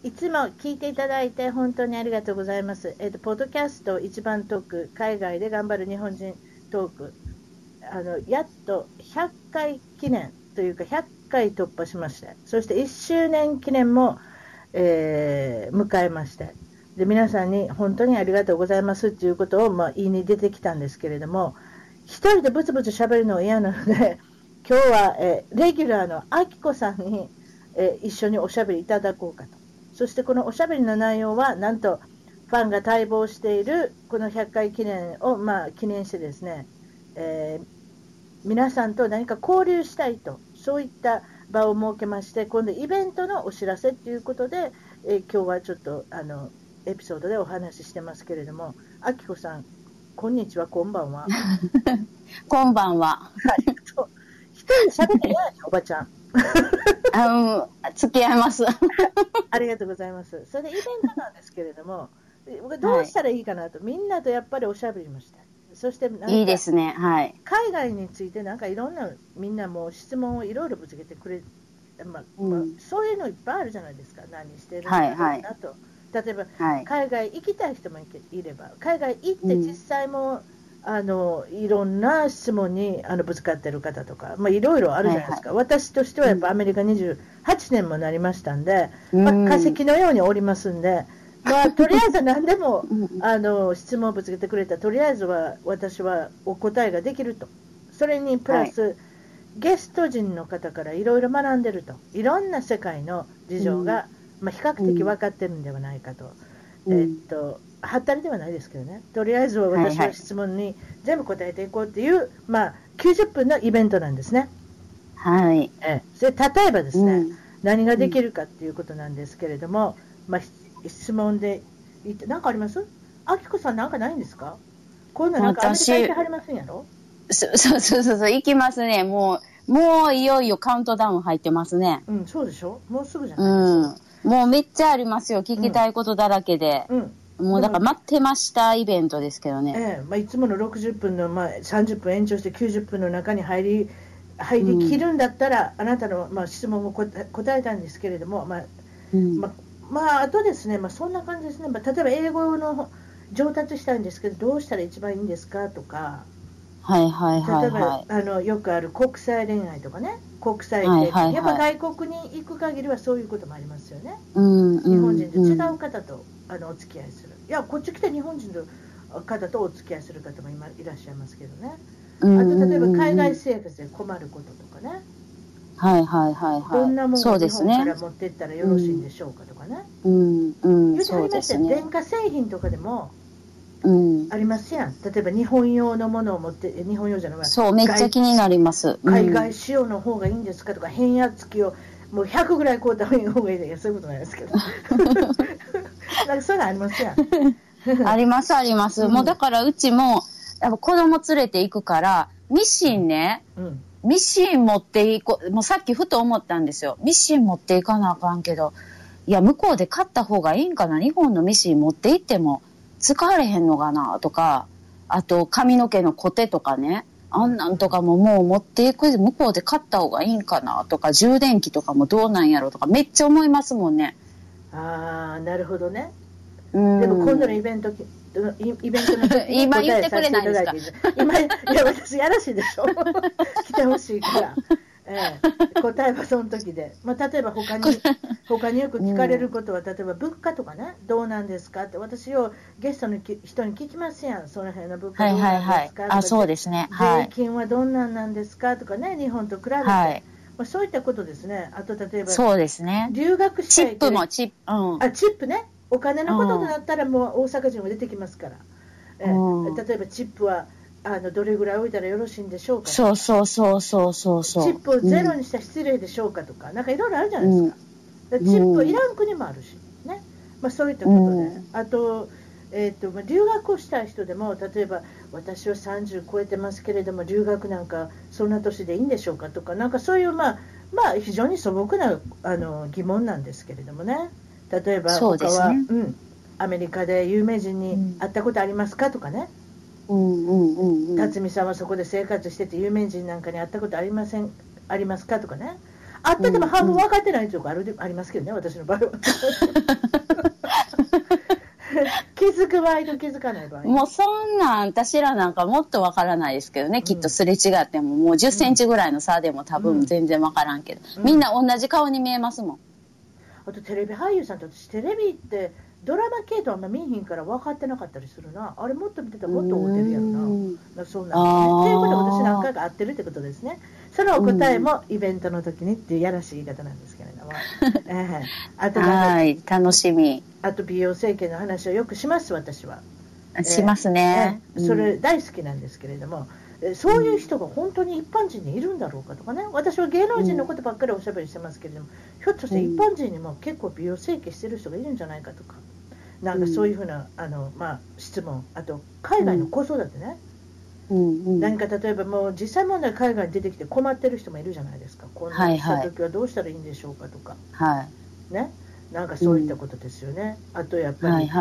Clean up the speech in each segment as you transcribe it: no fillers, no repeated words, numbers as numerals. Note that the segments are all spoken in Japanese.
いつも聞いていただいて本当にありがとうございます。ポッドキャスト一番トーク、海外で頑張る日本人トーク、やっと100回記念というか100回突破しまして、そして1周年記念も、迎えまして、で皆さんに本当にありがとうございますということを、言いに出てきたんですけれども、一人でブツブツ喋るのが嫌なので、今日は、レギュラーのあきこさんに、一緒におしゃべりいただこうかと。そしてこのおしゃべりの内容はなんとファンが待望しているこの100回記念を、記念してですね、皆さんと何か交流したいと、そういった場を設けまして、今度イベントのお知らせということで、今日はちょっとエピソードでお話ししてますけれども、あきこさん、こんにちは、こんばんは。 こんばんは。 一人で喋って嫌でしょ、おばちゃん。 付き合います。 ありがとうございます。それでイベントなんですけれども、どうしたらいいかなと、みんなとやっぱりおしゃべりもしたい。そしていいですね。はい。 海外についてなんかいろんなみんなも質問をいろいろぶつけてくれ、そういうのいっぱいあるじゃないですか。何してるのかなと。例えば、海外行きたい人もいれば、海外行って実際も、いろんな質問にぶつかってる方とか、いろいろあるじゃないですか。私としてはやっぱアメリカ28年もなりましたんで、化石のようにおりますんで、とりあえず何でも質問をぶつけてくれたら、とりあえずは私はお答えができると。それにプラス、ゲスト陣の方からいろいろ学んでると。いろんな世界の事情が、比較的分かってるんではないかと。はったりではないですけどね、とりあえずは私の質問に全部答えていこうっていう、90分のイベントなんですね。 はい。 それ例えばですね、何ができるかっていうことなんですけれども、質問で何かあります？あきこさんなんかないんですか？こういうのなんかアメリカ行ってはりませんやろ？ そう行きますね。もういよいよカウントダウン入ってますね。 そうでしょ。もうすぐじゃないですか。 もうめっちゃありますよ。聞きたいことだらけで。もうだから待ってましたイベントですけどね。 いつもの60分の、30分延長して90分の中に入りきるんだったら、あなたの、質問を答えたんですけれども、あとですね、そんな感じですね。例えば英語の上達したいんですけど、どうしたら一番いいんですかとか、例えばよくある国際恋愛とかね、国際経験、やっぱ外国に行く限りはそういうこともありますよね。日本人と違う方とお付き合いする。いや、こっち来て日本人の方とお付き合いする方も今いらっしゃいますけどね。あと例えば海外生活で困ることとかね。どんなものを日本から持っていったらよろしいんでしょうかとかね。言ってはりましたよ。電化製品とかでもありますやん。例えば日本用のものを持って、日本用じゃない、 そう、めっちゃ気になります。 海外仕様の方がいいんですかとか、変圧器をもう100ぐらい買うた方がいいで、そういうことないですけど。なんかそういうのありますやん。 ありますあります。もうだからうちもやっぱ子供連れて行くからミシンね、ミシン持っていこう。もうさっきふと思ったんですよ。ミシン持っていかなあかんけど、いや向こうで買った方がいいんかな。日本のミシン持って行っても使われへんのかなとか、あと髪の毛のコテとかね、あんなんとかももう持っていく、向こうで買った方がいいんかなとか、充電器とかもどうなんやろとかめっちゃ思いますもんね。 なるほどね。でも今度のイベントの時今言ってくれないですか？ 今いや私やらしいでしょ。来てほしいから、答えはその時で、例えば他によく聞かれることは、例えば物価とかね、どうなんですかって私をゲストの人に聞きますやん。その辺の物価どうなんですかとか、 そうですね。 税金はどんなんですかとかね、日本と比べて、そういったことですね。あと例えばそうですね。 留学したいチップもチップね。お金のことになったらもう大阪人も出てきますから、例えばチップはどれぐらい置いたらよろしいんでしょうか。 そうチップをゼロにしたら失礼でしょうかとか、なんかいろいろあるじゃないですか。チップいらん国もあるしね。そういったことで、あと留学をしたい人でも、例えば私は30超えてますけれども留学なんかそんな年でいいんでしょうかとか、なんかそういう非常に素朴な疑問なんですけれどもね。例えば他は、アメリカで有名人に会ったことありますかとかね。辰巳さんはそこで生活してて有名人なんかに会ったことありますかとかね。 あってても半分分かってないとこありますけどね、私の場合は。気づく場合と気づかない場合。 もうそんなん私らなんかもっとわからないですけどね、きっとすれ違ってももう10センチぐらいの差でも多分全然わからんけど、みんな同じ顔に見えますもん。 あとテレビ俳優さんと私テレビってドラマ系とあんま見えひんから分かってなかったりするな。あれもっと見てたらもっと合うてるやろな。そうなんですね。ということで私何回か会ってるってことですね。そのお答えもイベントの時にっていうやらしい言い方なんですけれども。あとはい、楽しみ。 あと美容整形の話をよくします私は。 しますね。 それ大好きなんですけれども。そういう人が本当に一般人にいるんだろうかとかね、私は芸能人のことばっかりおしゃべりしてますけれども、ひょっとして一般人にも結構美容整形してる人がいるんじゃないかとか、なんかそういうふうな質問、あと海外の子育てね、何か例えばもう実際問題海外に出てきて困ってる人もいるじゃないですか、こんなした時はどうしたらいいんでしょうかとか、ね、なんかそういったことですよね。あとやっぱり、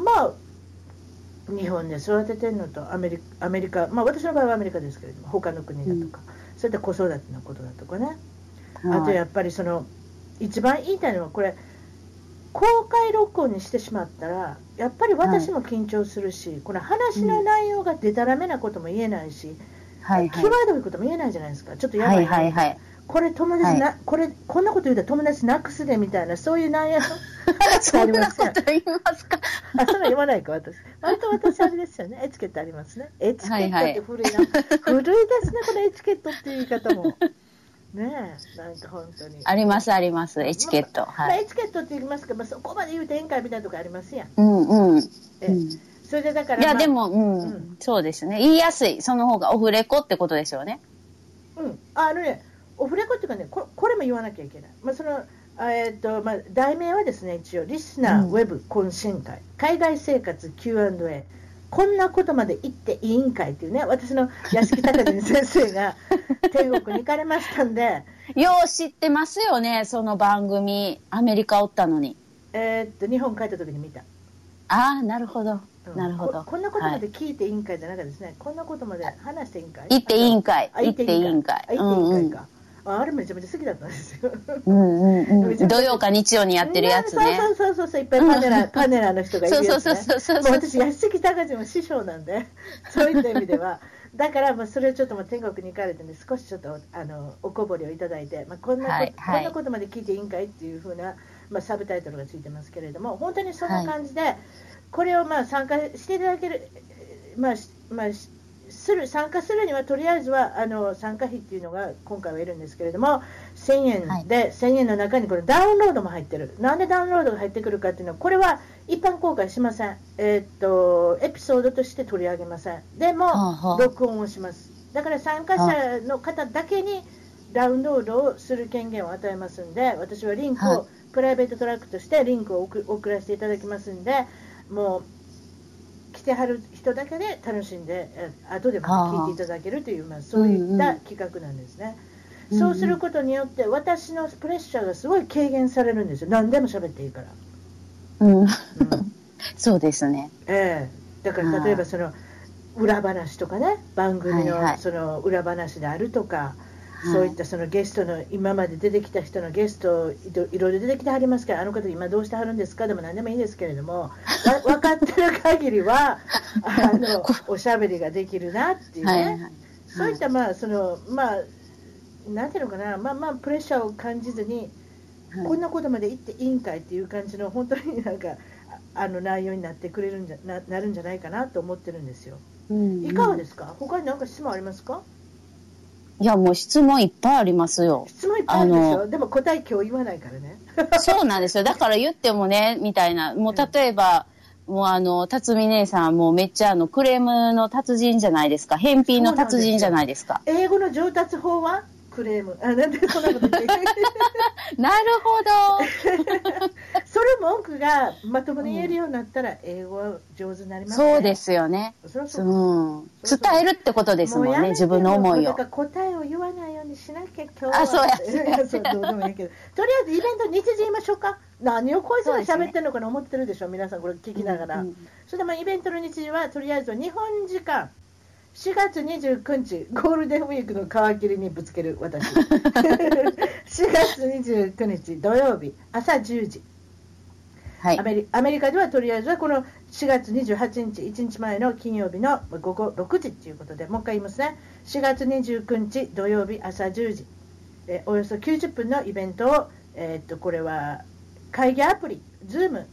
日本で育ててるのとアメリカ、私の場合はアメリカですけれども他の国だとか、そういった子育てのことだとかね、あとやっぱり一番言いたいのはこれ公開録音にしてしまったらやっぱり私も緊張するし、この話の内容がでたらめなことも言えないし、際どいことも言えないじゃないですか。ちょっとやばい、これ友達こんなこと言うたら友達なくすでみたいな、そういう内容の話ありますよ。 そんなこと言いますか。 そんな言わないか私。割と私あれですよね。エチケットありますね。エチケットって古いな。古いですね、このエチケットっていう言い方も。ねえ、なんか本当に。 ありますあります、エチケット。 エチケットって言いますけど、そこまで言うと宴会みたいなとこありますやん。それでだから。 いや、でも、そうですね。言いやすい。その方がオフレコってことですよね。 オフレコっていうかね、これも言わなきゃいけない。題名はですね、一応リスナーウェブ懇親会、海外生活 Q&A、こんなことまで言っていいんかいっていうね、私の屋敷隆人先生が天国に行かれましたんで。 よう知ってますよね、その番組。アメリカおったのに。 日本帰った時に見た。 なるほど。なるほど。 こんなことまで聞いていいんかいじゃなくてですね、こんなことまで話していいんかい、 言っていいんかい。言っていいんかい。 あれめちゃめちゃ好きだったんですよ。 土曜か日曜にやってるやつね。 そう、いっぱいパネラーの人がいるやつね。 そう。 もう私、屋敷隆人も師匠なんで、そういった意味では。だからそれをちょっと天国に行かれてね、少しちょっとおこぼれをいただいて、こんなことまで聞いていいんかいっていう風な、サブタイトルがついてますけれども、本当にそんな感じで、これを参加していただける、参加するにはとりあえずは参加費っていうのが今回はいるんですけれども、1000円で、1000円の中にこれダウンロードも入ってる。なんでダウンロードが入ってくるかっていうのは、これは一般公開しません。エピソードとして取り上げません。でも録音をします。だから参加者の方だけにダウンロードをする権限を与えますんで、私はリンクを、プライベートトラックとしてリンクを送らせていただきますんで、もう来てはる人だけで楽しんで後でも聞いていただけるという、そういった企画なんですね。そうすることによって私のプレッシャーがすごい軽減されるんですよ。何でも喋っていいから。 そうですね。 だから例えば裏話とかね、番組の裏話であるとか、そういったゲストの今まで出てきた人のゲストいろいろ出てきてはりますから、あの方今どうしてはるんですかでも何でもいいですけれども、分かってる限りはおしゃべりができるなっていうね、そういったなんていうのかな、プレッシャーを感じずに、こんなことまで言っていいんかいっていう感じの本当になんか内容になってくれるなるんじゃないかなと思ってるんですよ。いかがですか？他に何か質問ありますか？ いや、もう質問いっぱいありますよ。 質問いっぱいあるんですよ。でも答え今日言わないからね。 そうなんですよ。だから言ってもね、みたいな。もう例えば、もう辰巳姉さんもめっちゃクレームの達人じゃないですか。返品の達人じゃないですか。 英語の上達法はクレーム。なんでそんなこと言ってなるほど。 それ文句がまともに言えるようになったら、英語は上手になりますね。 そうですよね。伝えるってことですもんね、自分の思いを。 だから答えを言わないようにしなきゃ今日は。 そうや。 どうでもいいけど。とりあえずイベント日時言いましょうか。何をこいつが喋ってるのかな思ってるでしょ、皆さんこれ聞きながら。それでイベントの日時はとりあえず日本時間4月29日ゴールデンウィークの皮切りにぶつける私4 4月29日土曜日朝10時、はい、アメリカではとりあえずはこの4月28日1日前の金曜日の午後6時ということで、もう一回言いますね。4月29日土曜日朝10時、およそ90分のイベントを、これは会議アプリ Zoom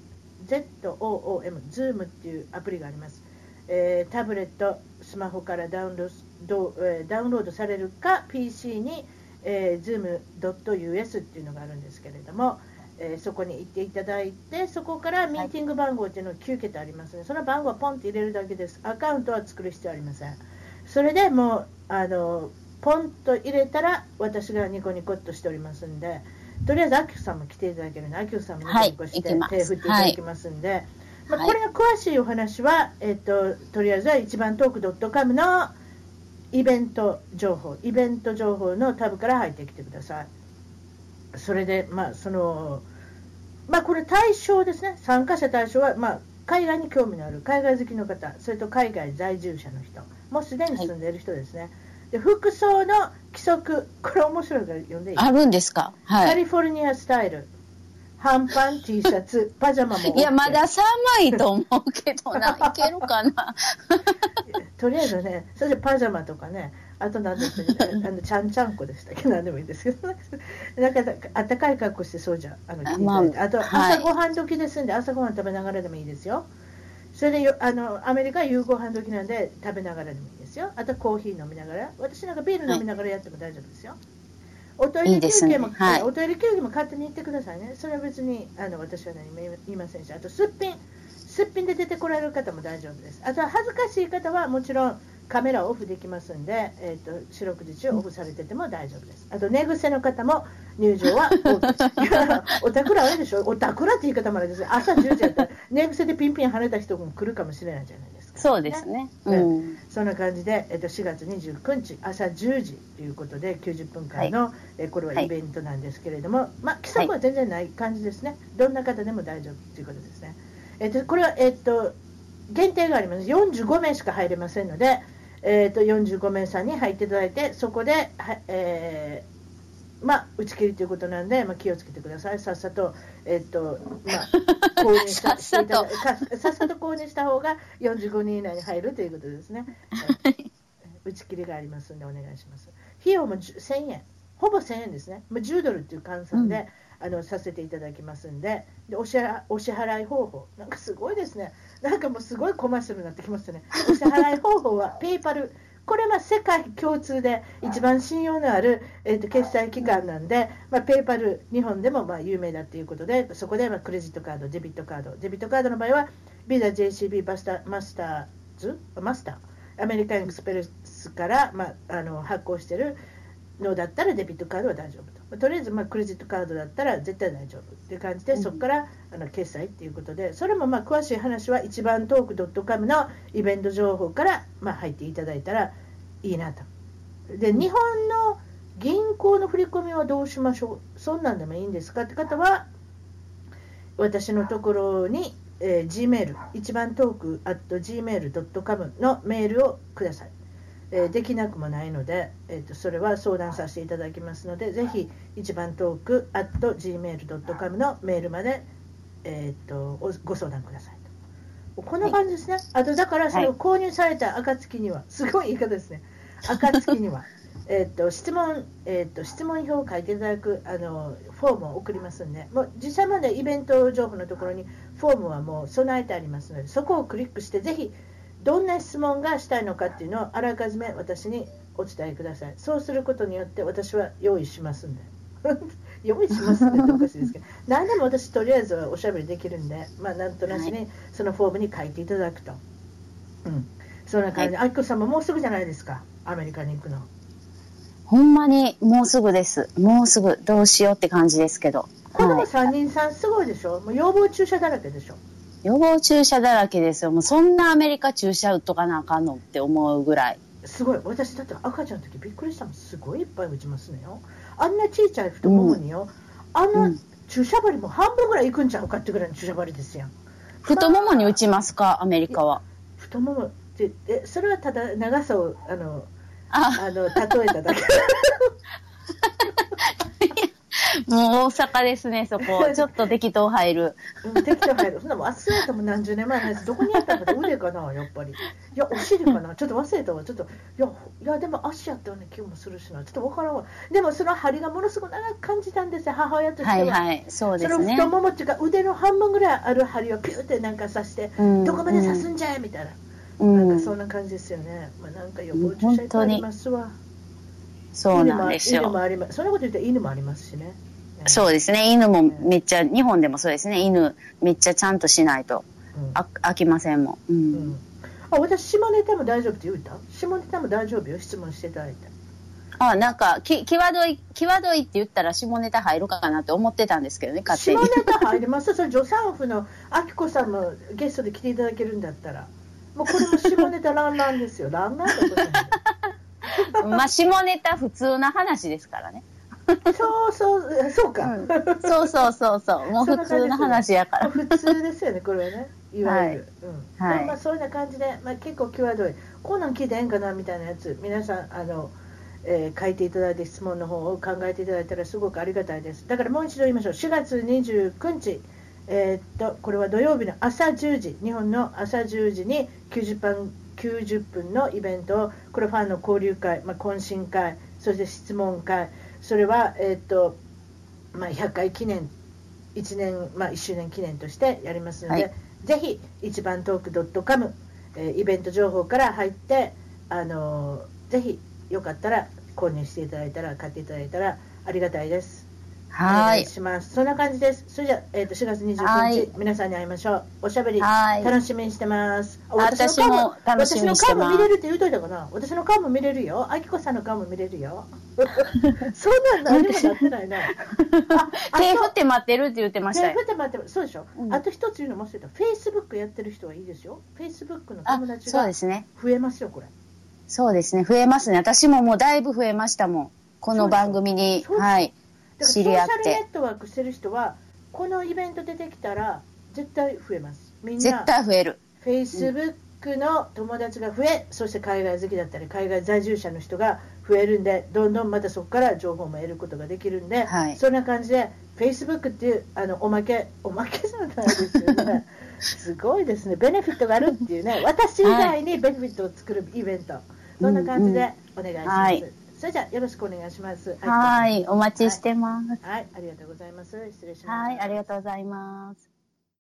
Zoom っていうアプリがあります。タブレットスマホからダウンロードされるか PC に、zoom.us っていうのがあるんですけれども、そこに行っていただいて、そこからミーティング番号っていうのが9桁ありますので、その番号をポンって入れるだけです。アカウントは作る必要ありません。それでもうポンと入れたら私がニコニコっとしておりますんで、とりあえずアキュさんも来ていただけるので、アキュさんもニコニコして、手振っていただきますんで、これが詳しいお話は、とりあえずは一番トーク .com のイベント情報のタブから入ってきてください。それでこれ対象ですね。参加者対象は、海外に興味のある海外好きの方、それと海外在住者の人、もうすでに住んでいる人ですね。で、服装の規則、これ面白いから読んでいい？あるんですか？はい。 カリフォルニアスタイル、半パン T シャツ、パジャマも OK。 いや、まだ寒いと思うけどな、いけるかな。 とりあえずね、それでパジャマとかね、あと何でしたっけ、ちゃんちゃんこでしたっけ、何でもいいですけど、なんかあったかい格好してそうじゃん。あと朝ごはん時ですんで、朝ごはん食べながらでもいいですよ。それでアメリカは夕ごはん時なんで食べながらでもいいですよ。あとコーヒー飲みながら、私なんかビール飲みながらやっても大丈夫ですよ。おトイレ休憩も、おトイレ休憩も勝手に行ってくださいね。それは別に私は何も言いませんし、あとすっぴんで出てこられる方も大丈夫です。あとは恥ずかしい方はもちろんカメラをオフできますんで、四六時中オフされてても大丈夫です。あと寝癖の方も入場は OK。おたくらあれでしょ、おたくらって言い方もあれですよ。朝10時やったら寝癖でピンピン跳ねた人も来るかもしれないじゃないですか、ね。 そうですね。 そんな感じで、4月29日朝10時ということで90分間の、これはイベントなんですけれども、規則は全然ない感じですね。どんな方でも大丈夫ということですね。これは、限定があります。45名しか入れませんので、45名さんに入っていただいて、そこで、打ち切りということなんで、気をつけてください。さっさと、購入さっさと購入した方が45人以内に入るということですね。打ち切りがありますのでお願いします。費用も1000円、ほぼ1000円ですね。10ドルという換算で、させていただきますんで、お支払い方法、なんかすごいですね。なんかもうすごいコマーシャルになってきましたね。お支払い方法はペイパル。これは世界共通で一番信用のある、決済機関なんで、ペイパル日本でも有名だということで、そこでクレジットカード、デビットカードの場合はビザ、JCB、マスター、アメリカンエクスプレスから、発行しているのだったらデビットカードは大丈夫と。とりあえずクレジットカードだったら絶対大丈夫っていう感じで、そこから決済っていうことで、それも詳しい話は一番トーク .com のイベント情報から入っていただいたらいいなと。で、日本の銀行の振り込みはどうしましょう、そんなんでもいいんですかって方は、私のところに、Gmail 一番トーク @gmail.com のメールをください。できなくもないので、それは相談させていただきますので、ぜひ一番トーク @gmail.com のメールまで、ご相談くださいと。こんな感じですね。あとだからそれを購入された暁には、すごい言い方ですね。暁には質問票を書いていただくフォームを送りますんで、もう実際までイベント情報のところにフォームはもう備えてありますので、そこをクリックしてぜひどんな質問がしたいのかっていうのをあらかじめ私にお伝えください。そうすることによって私は用意しますんで用意しますっておかしいですけど、何でも私とりあえずはおしゃべりできるんで、なんとなしにそのフォームに書いていただくと、そんな感じで、あきこさんももうすぐじゃないですか、アメリカに行くの。 ほんまにもうすぐです。もうすぐどうしようって感じですけど。 子供3人さんすごいでしょ。もう要望注射だらけでしょ。 予防注射だらけですよ。もうそんなアメリカ注射打っとかなあかんのって思うぐらい。 すごい。私だって赤ちゃんの時びっくりしたもん。すごいいっぱい打ちますねよ。あんなちいちゃい太ももによ、あの注射針も半分ぐらいいくんちゃうかってぐらいの注射針ですやん。 太ももに打ちますか、アメリカは。 太ももってそれはただ長さを例えただけもう大阪ですね、そこ。ちょっと適当入る。 適当入る。そんなもん、アスリートも何十年前のやつ、どこにあったのか、腕かな、やっぱり。いや、お尻かな、ちょっと忘れたわ。ちょっと、いや、でも足やったような気もするしな。ちょっとわからんわ。でも、その針がものすごく長く感じたんですよ、母親としては。 はいはい、そうですね。 その太ももっていうか、腕の半分ぐらいある針をピューってなんか刺して、どこまで刺すんじゃいみたいな。なんかそんな感じですよね。まあ、なんか予防注射いっぱいありますわ。 そうなんですよ。 犬もあります。そんなこと言ったら犬もありますしね。 そうですね。犬もめっちゃ、日本でもそうですね。犬めっちゃちゃんとしないと飽きませんもん。 私、下ネタも大丈夫って言うた？下ネタも大丈夫よ。質問していただいて。 なんか、際どいって言ったら下ネタ入るかなって思ってたんですけどね、勝手に。 下ネタ入ります。それ、助産婦のあきこさんもゲストで来ていただけるんだったら。もうこれも下ネタランランですよ。ランランだまあ、下ネタ普通な話ですからね。 そうか。 そう。もう普通な話やから。 普通ですよね、これはね。いわゆる。まあ、そういうような感じで、まあ、結構際どい。こんなん聞いてええんかなみたいなやつ、皆さん、書いていただいて質問の方を考えていただいたらすごくありがたいです。だからもう一度言いましょう。4月29日。これは土曜日の朝10時、日本の朝10時に90分のイベントを、これファンの交流会、懇親会、そして質問会、それは、100回記念、1周年記念としてやりますので、ぜひ一番トーク .com、イベント情報から入って、ぜひよかったら購入していただいたら、買っていただいたらありがたいです。お願いします。そんな感じです。それじゃあ、4月29日、皆さんに会いましょう。おしゃべり楽しみにしてます。 私も楽しみにしてます。 私の顔も見れるって言うといたかな。私の顔も見れるよ。あきこさんの顔も見れるよ。そんなん何もなってないな。 手振って待ってるって言ってましたよ。 手振って待ってる。そうでしょ。あと一つ言うの忘れた。フェイスブックやってる人はいいですよ。フェイスブックの友達が増えますよ、これ。 そうですね。増えますね。私ももうだいぶ増えましたもん。この番組に。はい。知り合って。ソーシャルネットワークしてる人は、このイベント出てきたら、絶対増えます。みんな。絶対増える。 フェイスブックの友達が増え、そして海外好きだったり、海外在住者の人が増えるんで、どんどんまたそこから情報も得ることができるんで、そんな感じで、フェイスブックっていう、おまけじゃないですよね。すごいですね。ベネフィットがあるっていうね、私以外にベネフィットを作るイベント。そんな感じでお願いします。それじゃあよろしくお願いします。 はい、お待ちしてます。 はい、ありがとうございます。失礼します。 はい、ありがとうございます。